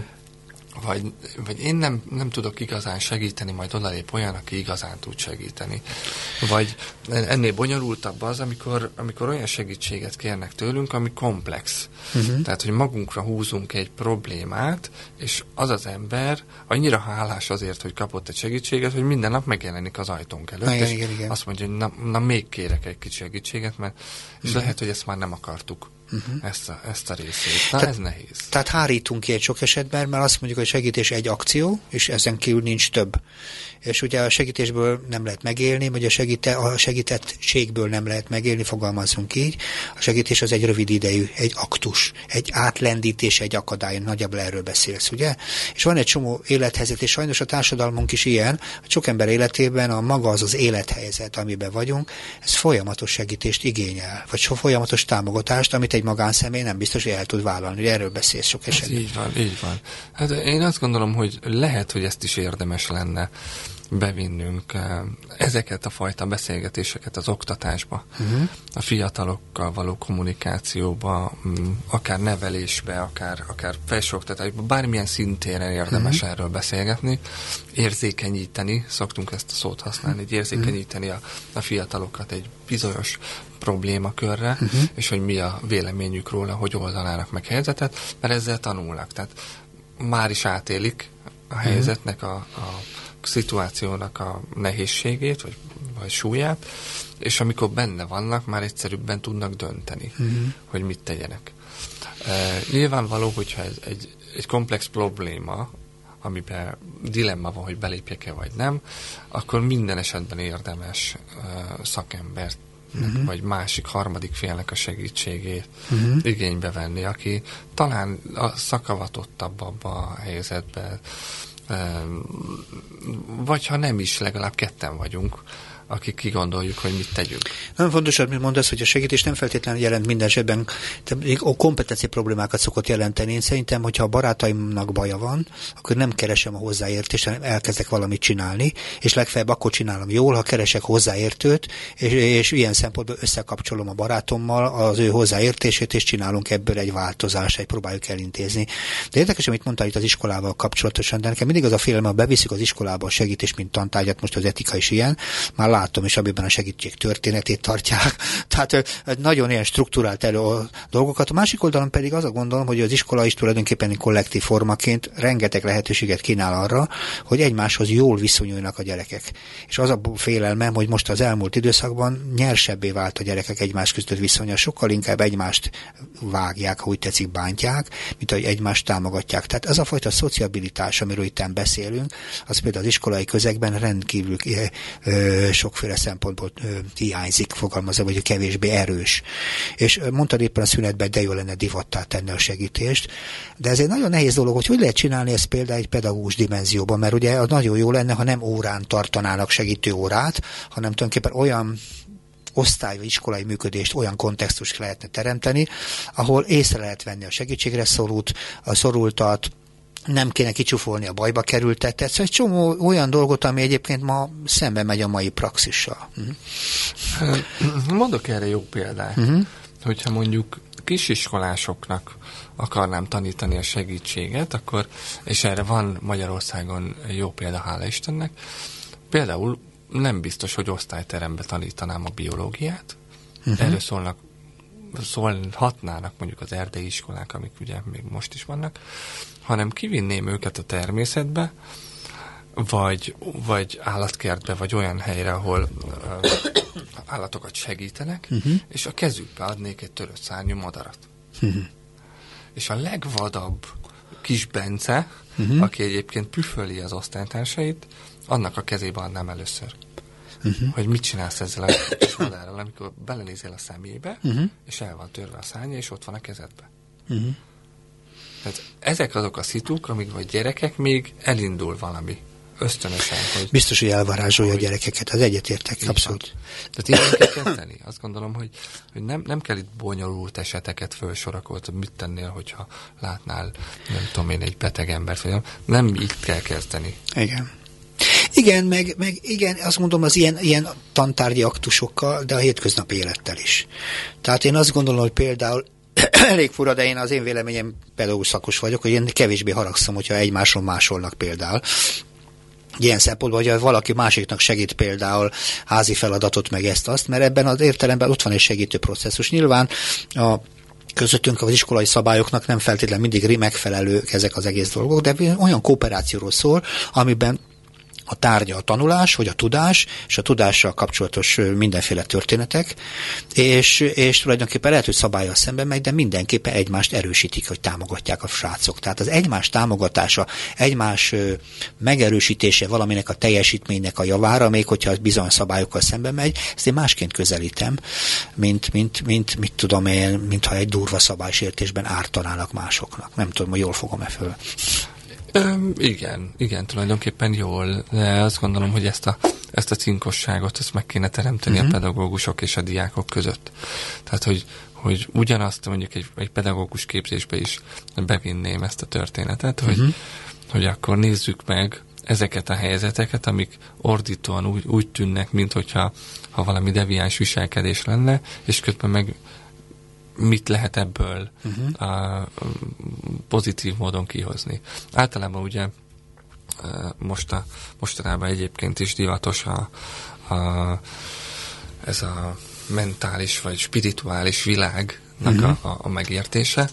Vagy, vagy én nem, nem tudok igazán segíteni, majd odalép olyan, aki igazán tud segíteni. Vagy ennél bonyolultabb az, amikor, amikor olyan segítséget kérnek tőlünk, ami komplex. Uh-huh. Tehát, hogy magunkra húzunk egy problémát, és az az ember annyira hálás azért, hogy kapott egy segítséget, hogy minden nap megjelenik az ajtónk előtt, igen, és igen, igen. azt mondja, hogy na, na még kérek egy kicsi segítséget, mert és uh-huh. lehet, hogy ezt már nem akartuk. Uh-huh. Ezt, a, ezt a részét. Na, Te, ez nehéz. Tehát hárítunk ki egy sok esetben, mert azt mondjuk, hogy segítés egy akció, és ezen kívül nincs több. És ugye a segítésből nem lehet megélni, vagy a, segíte, a segítettségből nem lehet megélni, fogalmazunk így. A segítés az egy rövid idejű, egy aktus, egy átlendítés, egy akadály, nagyjából erről beszélsz, ugye? És van egy csomó élethelyzet, és sajnos a társadalmunk is ilyen, a sok ember életében a maga az az élethelyzet, amiben vagyunk, ez folyamatos segítést igényel, vagy folyamatos támogatást, amit egy magánszemély nem biztos, hogy el tud vállalni, hogy erről beszélsz sok esetben. Így van, így van. Hát én azt gondolom, hogy lehet, hogy ezt is érdemes lenne bevinnünk ezeket a fajta beszélgetéseket az oktatásba, uh-huh. a fiatalokkal való kommunikációba, akár nevelésbe, akár, akár felsőoktatásba, bármilyen szintéren érdemes uh-huh. erről beszélgetni, érzékenyíteni, szoktunk ezt a szót használni, uh-huh. érzékenyíteni a, a fiatalokat egy bizonyos problémakörre, uh-huh. és hogy mi a véleményük róla, hogy oldanának meg helyzetet, mert ezzel tanulnak. Tehát már is átélik a helyzetnek a, a szituációnak a nehézségét, vagy, vagy súlyát, és amikor benne vannak, már egyszerűbben tudnak dönteni, uh-huh. hogy mit tegyenek. E, nyilvánvaló, hogyha ez egy, egy komplex probléma, amiben dilemma van, hogy belépjek-e vagy nem, akkor minden esetben érdemes uh, szakembert uh-huh. vagy másik, harmadik félnek a segítségét uh-huh. igénybe venni, aki talán a szakavatottabb abba a helyzetben, vagy ha nem is, legalább ketten vagyunk, akik kigondoljuk, hogy mit tegyünk. Nagyon fontos, amit mondasz, hogy a segítés nem feltétlenül jelent minden esetben, a kompetencia problémákat szokott jelenteni. Én szerintem, hogyha a barátaimnak baja van, akkor nem keresem a hozzáértést, hanem elkezdek valamit csinálni, és legfeljebb akkor csinálom jól, ha keresek hozzáértőt, és, és ilyen szempontból összekapcsolom a barátommal az ő hozzáértését, és csinálunk ebből egy változást, egy próbáljuk elintézni. De érdekes, amit mondtál itt az iskolával kapcsolatosan, de nekem mindig az a félelem, ha beviszik az iskolába a segítés, mint tantárgyat, most az etika is ilyen, már látom, és amiben a segítség történetét tartják. Tehát nagyon ilyen struktúrált elő a dolgokat. A másik oldalon pedig az a gondolom, hogy az iskola is tulajdonképpen egy kollektív formaként rengeteg lehetőséget kínál arra, hogy egymáshoz jól viszonyulnak a gyerekek. És az a félelmem, hogy most az elmúlt időszakban nyersebbé vált a gyerekek egymás között viszonya, sokkal inkább egymást vágják, ha úgy tetszik, bántják, mint hogy egymást támogatják. Tehát ez a fajta szociabilitás, amiről itt beszélünk, az például az iskolai közegben rendkívül sokféle szempontból ö, hiányzik, fogalmazom, hogy kevésbé erős. És mondtad éppen a szünetben, de jó lenne divattá tenni a segítést, de ez egy nagyon nehéz dolog, hogy hogy lehet csinálni ezt például egy pedagógus dimenzióban, mert ugye az nagyon jó lenne, ha nem órán tartanának segítő órát, hanem tulajdonképpen olyan osztály vagy iskolai működést, olyan kontextust lehetne teremteni, ahol észre lehet venni a segítségre szorult, a szorultat, nem kéne kicsúfolni a bajba kerültet. Tehát egy csomó olyan dolgot, ami egyébként ma szembe megy a mai praxissal. Uh-huh. Mondok erre jó példát. Uh-huh. Hogyha mondjuk kisiskolásoknak akarnám tanítani a segítséget, akkor, és erre van Magyarországon jó példa, hála Istennek, például nem biztos, hogy osztályterembe tanítanám a biológiát. Uh-huh. Erről szólnak szólhatnának mondjuk az erdei iskolák, amik ugye még most is vannak, hanem kivinném őket a természetbe, vagy, vagy állatkertbe, vagy olyan helyre, ahol uh, állatokat segítenek, uh-huh. és a kezükbe adnék egy törött szárnyú madarat. Uh-huh. És a legvadabb kis Bence, uh-huh. aki egyébként püföli az osztálytársait, annak a kezébe adnám először. Uh-huh. Hogy mit csinálsz ezzel a kis madárral, amikor belenézél a szemébe, uh-huh. és el van törve a szárnya, és ott van a kezedbe. Uh-huh. Tehát ezek azok a szituk, amik vagy gyerekek még elindul valami ösztönösen. Hogy biztos, hogy elvarázsolja hogy a gyerekeket, az egyetértek, abszolút. Tehát így kell kezdeni. Azt gondolom, hogy, hogy nem, nem kell itt bonyolult eseteket felsorakolni, hogy mit tennél, hogyha látnál, nem tudom én, egy beteg embert, vagy nem. Nem így kell kezdeni. Igen. Igen, meg, meg igen, azt mondom, az ilyen, ilyen tantárgyi aktusokkal, de a hétköznapi élettel is. Tehát én azt gondolom, hogy például elég fura, de én az én véleményem pedagógus szakos vagyok, hogy én kevésbé haragszom, hogyha egymásról másolnak például. Ilyen szempontból, hogy valaki másiknak segít például házi feladatot, meg ezt-azt, mert ebben az értelemben ott van egy segítő processzus. Nyilván a közöttünk az iskolai szabályoknak nem feltétlenül mindig megfelelők ezek az egész dolgok, de olyan kooperációról szól, amiben a tárgya a tanulás, vagy a tudás, és a tudással kapcsolatos mindenféle történetek, és, és tulajdonképpen lehet, hogy szabállyal szemben megy, de mindenképpen egymást erősítik, hogy támogatják a srácok. Tehát az egymás támogatása, egymás megerősítése valaminek a teljesítménynek a javára, még hogyha bizony szabályokkal szemben megy, ezt én másként közelítem, mint, mint, mint, mint tudom én, mintha egy durva szabálysértésben ártanának másoknak. Nem tudom, hogy jól fogom-e föl. Öm, igen, igen, tulajdonképpen jól, de azt gondolom, hogy ezt a, ezt a cinkosságot ezt meg kéne teremteni uh-huh. a pedagógusok és a diákok között. Tehát, hogy, hogy ugyanazt mondjuk egy, egy pedagógus képzésbe is bevinném ezt a történetet, uh-huh. hogy, hogy akkor nézzük meg ezeket a helyzeteket, amik ordítóan úgy, úgy tűnnek, mint hogyha ha valami deviáns viselkedés lenne, és közben meg mit lehet ebből uh-huh. a, pozitív módon kihozni. Általában ugye most a, mostanában egyébként is divatos a, a, ez a mentális vagy spirituális világnak uh-huh. a, a megértése.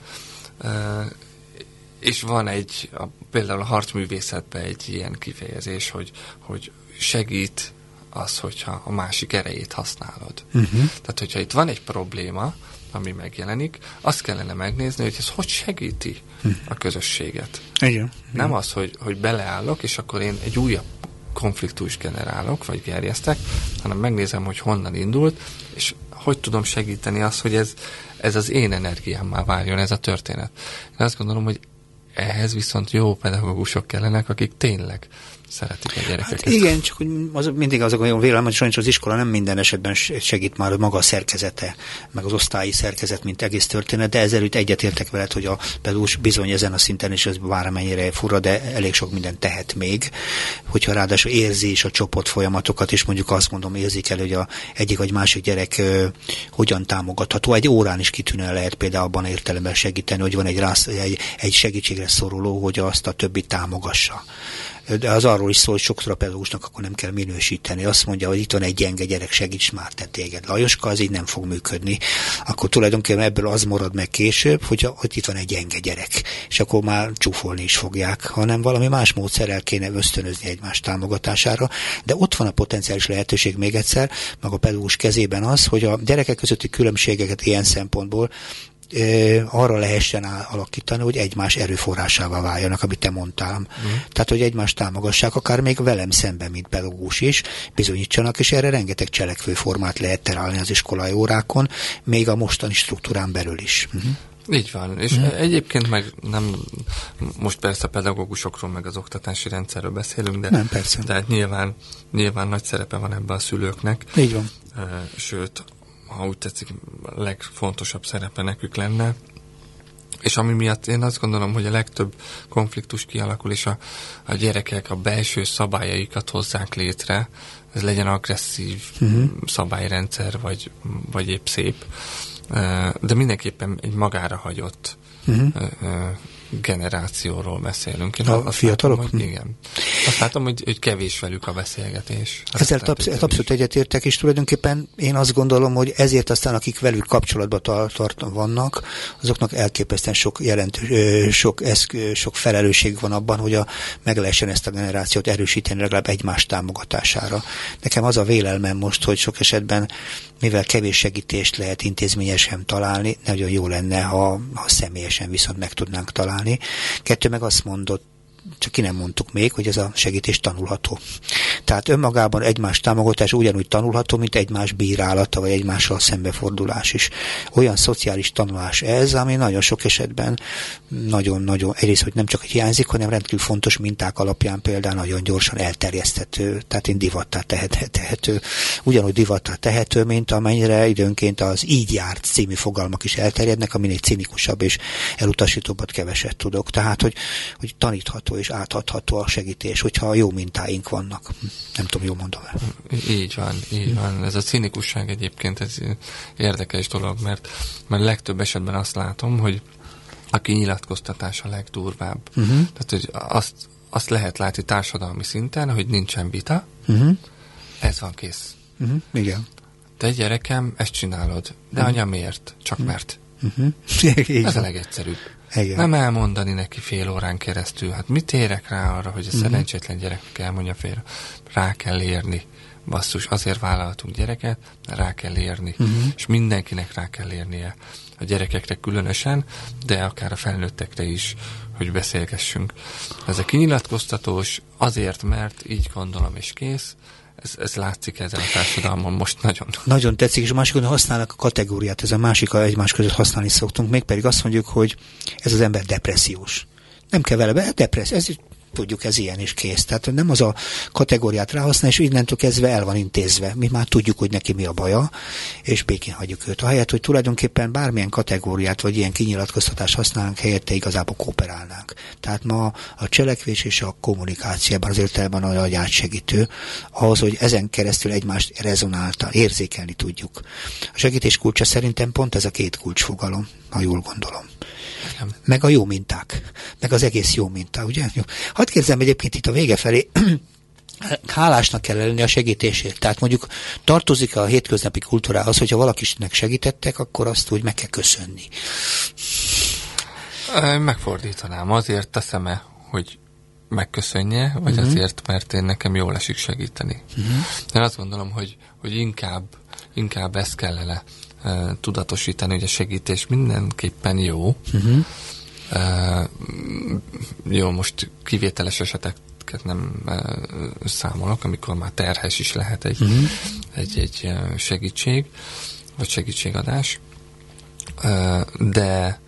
És van egy, a, például a harcművészetben egy ilyen kifejezés, hogy, hogy segít az, hogyha a másik erejét használod. Uh-huh. Tehát, hogyha itt van egy probléma, ami megjelenik, azt kellene megnézni, hogy ez hogy segíti a közösséget. Igen. Nem az, hogy, hogy beleállok, és akkor én egy újabb konfliktus generálok, vagy gerjesztek, hanem megnézem, hogy honnan indult, és hogy tudom segíteni azt, hogy ez, ez az én energiámmá váljon ez a történet. Én azt gondolom, hogy ehhez viszont jó pedagógusok kellenek, akik tényleg szeretik a gyerekeket. Hát igen, csak az, mindig azok olyan vélem, hogy sajnos az iskola nem minden esetben segít már maga a szerkezete, meg az osztályi szerkezet, mint egész történet, de ezzel egyetértek veled, hogy a pedagógus bizony ezen a szinten is, ez bármennyire fura, de elég sok mindent tehet még, hogyha ráadásul érzi is a csoport folyamatokat, és mondjuk azt mondom, érzik el, hogy a egyik vagy másik gyerek ö, hogyan támogatható. Egy órán is kitűnően lehet például abban értelemben segíteni, hogy van egy, rász, egy, egy segítségre szoruló, hogy azt a többi támogassa. De az arról is szól, hogy sokszor a pedagógusnak akkor nem kell minősíteni. Azt mondja, hogy itt van egy gyenge gyerek, segíts már te téged. Lajoska, az így nem fog működni. Akkor tulajdonképpen ebből az marad meg később, hogy, hogy itt van egy gyenge gyerek. És akkor már csúfolni is fogják, hanem valami más módszerrel kéne ösztönözni egymás támogatására. De ott van a potenciális lehetőség még egyszer, meg a pedagógus kezében az, hogy a gyerekek közötti különbségeket ilyen szempontból arra lehessen alakítani, hogy egymás erőforrásává váljanak, amit te mondtál. Mm. Tehát, hogy egymást támogassák, akár még velem szemben, mint pedagógus is, bizonyítsanak, és erre rengeteg cselekvő formát lehet találni az iskolai órákon, még a mostani struktúrán belül is. Mm. Így van, és mm. egyébként meg nem, most persze a pedagógusokról, meg az oktatási rendszerről beszélünk, de, nem, persze. de hát nyilván, nyilván nagy szerepe van ebben a szülőknek. Így van. Sőt, ha úgy tetszik, a legfontosabb szerepe nekük lenne. És ami miatt én azt gondolom, hogy a legtöbb konfliktus kialakul, és a, a gyerekek a belső szabályaikat hozzák létre, ez legyen agresszív uh-huh. szabályrendszer, vagy, vagy épp szép, de mindenképpen egy magára hagyott uh-huh. generációról beszélünk. Én a fiatalok? Látom, hogy igen. Azt látom, hogy, hogy kevés velük a beszélgetés. Ezzel absz- abszolút egyetértek, és tulajdonképpen én azt gondolom, hogy ezért aztán, akik velük kapcsolatban tart vannak, azoknak elképesztően sok jelentős, sok, eszk- sok felelősség van abban, hogy a, meg lehessen ezt a generációt erősíteni legalább egymás támogatására. Nekem az a vélelmem most, hogy sok esetben, mivel kevés segítést lehet intézményesen találni, nagyon jó lenne, ha, ha személyesen viszont meg tudnánk találni. Kettő meg azt mondott, csak ki nem mondtuk még, hogy ez a segítés tanulható. Tehát önmagában egymás támogatás ugyanúgy tanulható, mint egymás bírálata, vagy egymással szembefordulás is. Olyan szociális tanulás ez, ami nagyon sok esetben nagyon-nagyon, egyrészt, hogy nem csak hiányzik, hanem rendkívül fontos minták alapján például nagyon gyorsan elterjeszthető, tehát én divattá tehető, ugyanúgy divattá tehető, mint amennyire időnként az így járt című fogalmak is elterjednek, aminél cinikusabb és elutasítóbbat keveset tudok. Tehát, hogy, hogy tanítható és átadható a segítés, hogyha jó mintáink vannak. Nem tudom, jól mondom el. Így van, így van. Ez a cinikusság egyébként ez érdekes dolog, mert, mert legtöbb esetben azt látom, hogy a kinyilatkoztatás a legdurvább. Uh-huh. Tehát, hogy azt, azt lehet látni társadalmi szinten, hogy nincsen vita, uh-huh. ez van kész. Uh-huh. Igen. Te gyerekem, ezt csinálod. De uh-huh. anya miért? Csak uh-huh. mert. Uh-huh. Ez a legegyszerűbb. Igen. Nem elmondani neki fél órán keresztül. Hát mit érek rá arra, hogy a uh-huh. szerencsétlen gyereknek elmondja fél? Rá kell érni. Basszus, azért vállaltunk gyereket, rá kell érni. Uh-huh. És mindenkinek rá kell érnie. A gyerekekre különösen, de akár a felnőttekre is, hogy beszélgessünk. Ez a kinyilatkoztatós azért, mert így gondolom és kész, Ez, ez látszik ezen a társadalmon most nagyon. Nagyon tetszik, és a másikon használnak a kategóriát, ez a másik egymás között használni szoktunk, mégpedig azt mondjuk, hogy ez az ember depressziós. Nem kell vele be, depressziós, ez tudjuk, ez ilyen is kész. Tehát nem az a kategóriát ráhasznál, és innentől kezdve el van intézve. Mi már tudjuk, hogy neki mi a baja, és békén hagyjuk őt. Ahelyett, hogy tulajdonképpen bármilyen kategóriát, vagy ilyen kinyilatkoztatást használnánk, helyette igazából kooperálnánk. Tehát ma a cselekvés és a kommunikációban az értelemben a agyát segítő, ahhoz, hogy ezen keresztül egymást rezonáltan érzékelni tudjuk. A segítés kulcsa szerintem pont ez a két kulcsfogalom, ha jól gondolom. Igen. Meg a jó minták, meg az egész jó minta, ugye? Hadd kérdezem egyébként itt a vége felé, hálásnak kell lenni a segítésért. Tehát mondjuk tartozik a hétköznapi kultúrához, hogyha valakinek segítettek, akkor azt úgy meg kell köszönni. Megfordítanám. Azért teszem-e, hogy megköszönje, vagy uh-huh. azért, mert én nekem jól esik segíteni. Uh-huh. Én azt gondolom, hogy, hogy inkább, inkább ezt kellene uh, tudatosítani, hogy a segítés mindenképpen jó. Uh-huh. Uh, jó, most kivételes eseteket nem uh, számolok, amikor már terhes is lehet egy, uh-huh. egy, egy uh, segítség, vagy segítségadás, de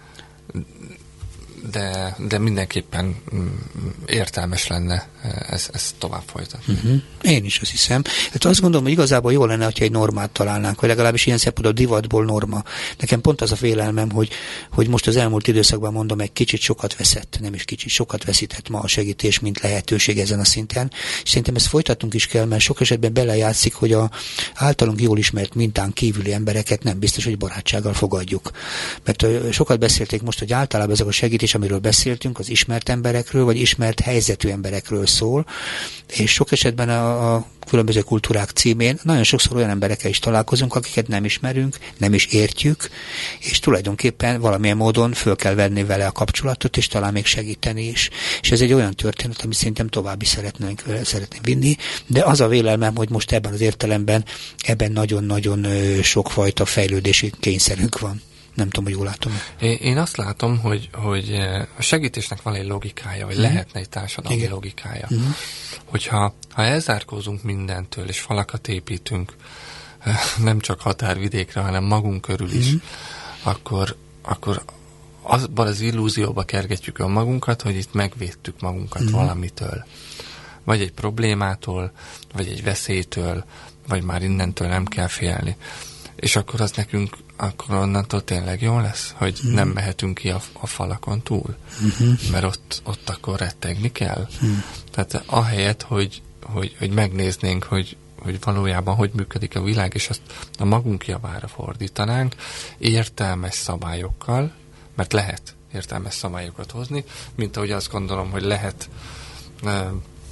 De, de mindenképpen értelmes lenne ezt ez tovább folytatni. Uh-huh. Én is azt hiszem. Hát azt gondolom, hogy igazából jó lenne, hogyha egy normát találnánk, vagy legalábbis ilyen szempontból a divatból norma. Nekem pont az a félelmem, hogy, hogy most az elmúlt időszakban mondom, egy kicsit sokat veszett, nem is kicsit, sokat veszített ma a segítés, mint lehetőség ezen a szinten. És szerintem ezt folytatnunk is kell, mert sok esetben belejátszik, hogy a általunk jól ismert mintán kívüli embereket nem biztos, hogy barátsággal fogadjuk. Mert sokat beszélték most, hogy általában ezek a segítés, amiről beszéltünk, az ismert emberekről, vagy ismert helyzetű emberekről szól, és sok esetben a, a különböző kultúrák címén nagyon sokszor olyan emberekkel is találkozunk, akiket nem ismerünk, nem is értjük, és tulajdonképpen valamilyen módon föl kell venni vele a kapcsolatot, és talán még segíteni is. És ez egy olyan történet, amit szerintem tovább is szeretnénk, szeretnénk vinni, de az a vélelmem, hogy most ebben az értelemben ebben nagyon-nagyon sokfajta fejlődési kényszerünk van. Nem tudom, hogy jól látom. Én, én azt látom, hogy, hogy a segítésnek van egy logikája, vagy mm. lehetne egy társadalmi Igen. logikája. Mm. Hogyha ha elzárkózunk mindentől, és falakat építünk, nem csak határvidékre, hanem magunk körül is, mm. akkor, akkor azban az illúzióba kergetjük a magunkat, hogy itt megvédtük magunkat mm. valamitől. Vagy egy problémától, vagy egy veszélytől, vagy már innentől nem kell félni. És akkor az nekünk, akkor onnantól tényleg jó lesz, hogy mm. nem mehetünk ki a, a falakon túl, mm-hmm. mert ott, ott akkor rettegni kell. Mm. Tehát ahelyett, hogy, hogy, hogy megnéznénk, hogy, hogy valójában hogy működik a világ, és azt a magunk javára fordítanánk, értelmes szabályokkal, mert lehet értelmes szabályokat hozni, mint ahogy azt gondolom, hogy lehet uh,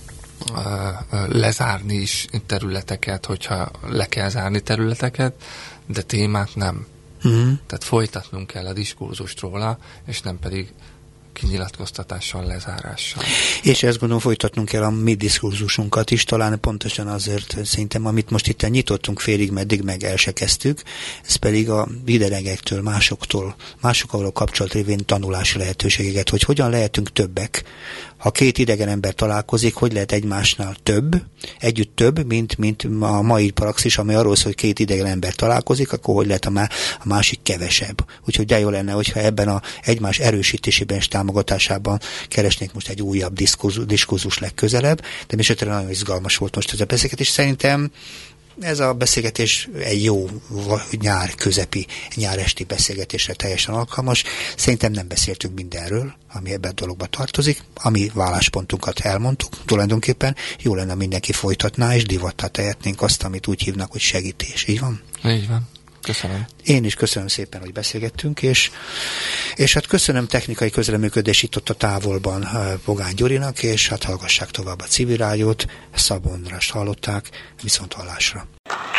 uh, lezárni is területeket, hogyha le kell zárni területeket, de témát nem. Uh-huh. Tehát folytatnunk kell a diskurzust róla, és nem pedig kinyilatkoztatással, lezárással. És ezt gondolom folytatnunk kell a mi diskurzusunkat is, talán pontosan azért szerintem, amit most itt nyitottunk félig, meddig meg el se kezdtük, ez pedig a videregektől, másoktól, másokkal való kapcsolat révén tanulási lehetőségeket, hogy hogyan lehetünk többek. Ha két idegen ember találkozik, hogy lehet egymásnál több, együtt több, mint, mint a mai praxis, ami arról szól, hogy két idegen ember találkozik, akkor hogy lehet a, má, a másik kevesebb. Úgyhogy de jó lenne, hogyha ebben a egymás erősítésében és támogatásában keresnék most egy újabb diskurzus, diskurzus legközelebb, de mi esetre nagyon izgalmas volt most ez a beszélgetés, és szerintem ez a beszélgetés egy jó nyár közepi, nyár esti beszélgetésre teljesen alkalmas. Szerintem nem beszéltünk mindenről, ami ebben a dologba tartozik. Ami válláspontunkat elmondtuk, tulajdonképpen jó lenne, mindenki folytatná, és divattá tehetnénk azt, amit úgy hívnak, hogy segítés. Így van? Így van. Köszönöm. Én is köszönöm szépen, hogy beszélgettünk, és, és hát köszönöm technikai közreműködés itt ott a távolban Pogány Gyurinak, és hát hallgassák tovább a Civil Rádiót, Szabó Andrást hallották, viszont hallásra.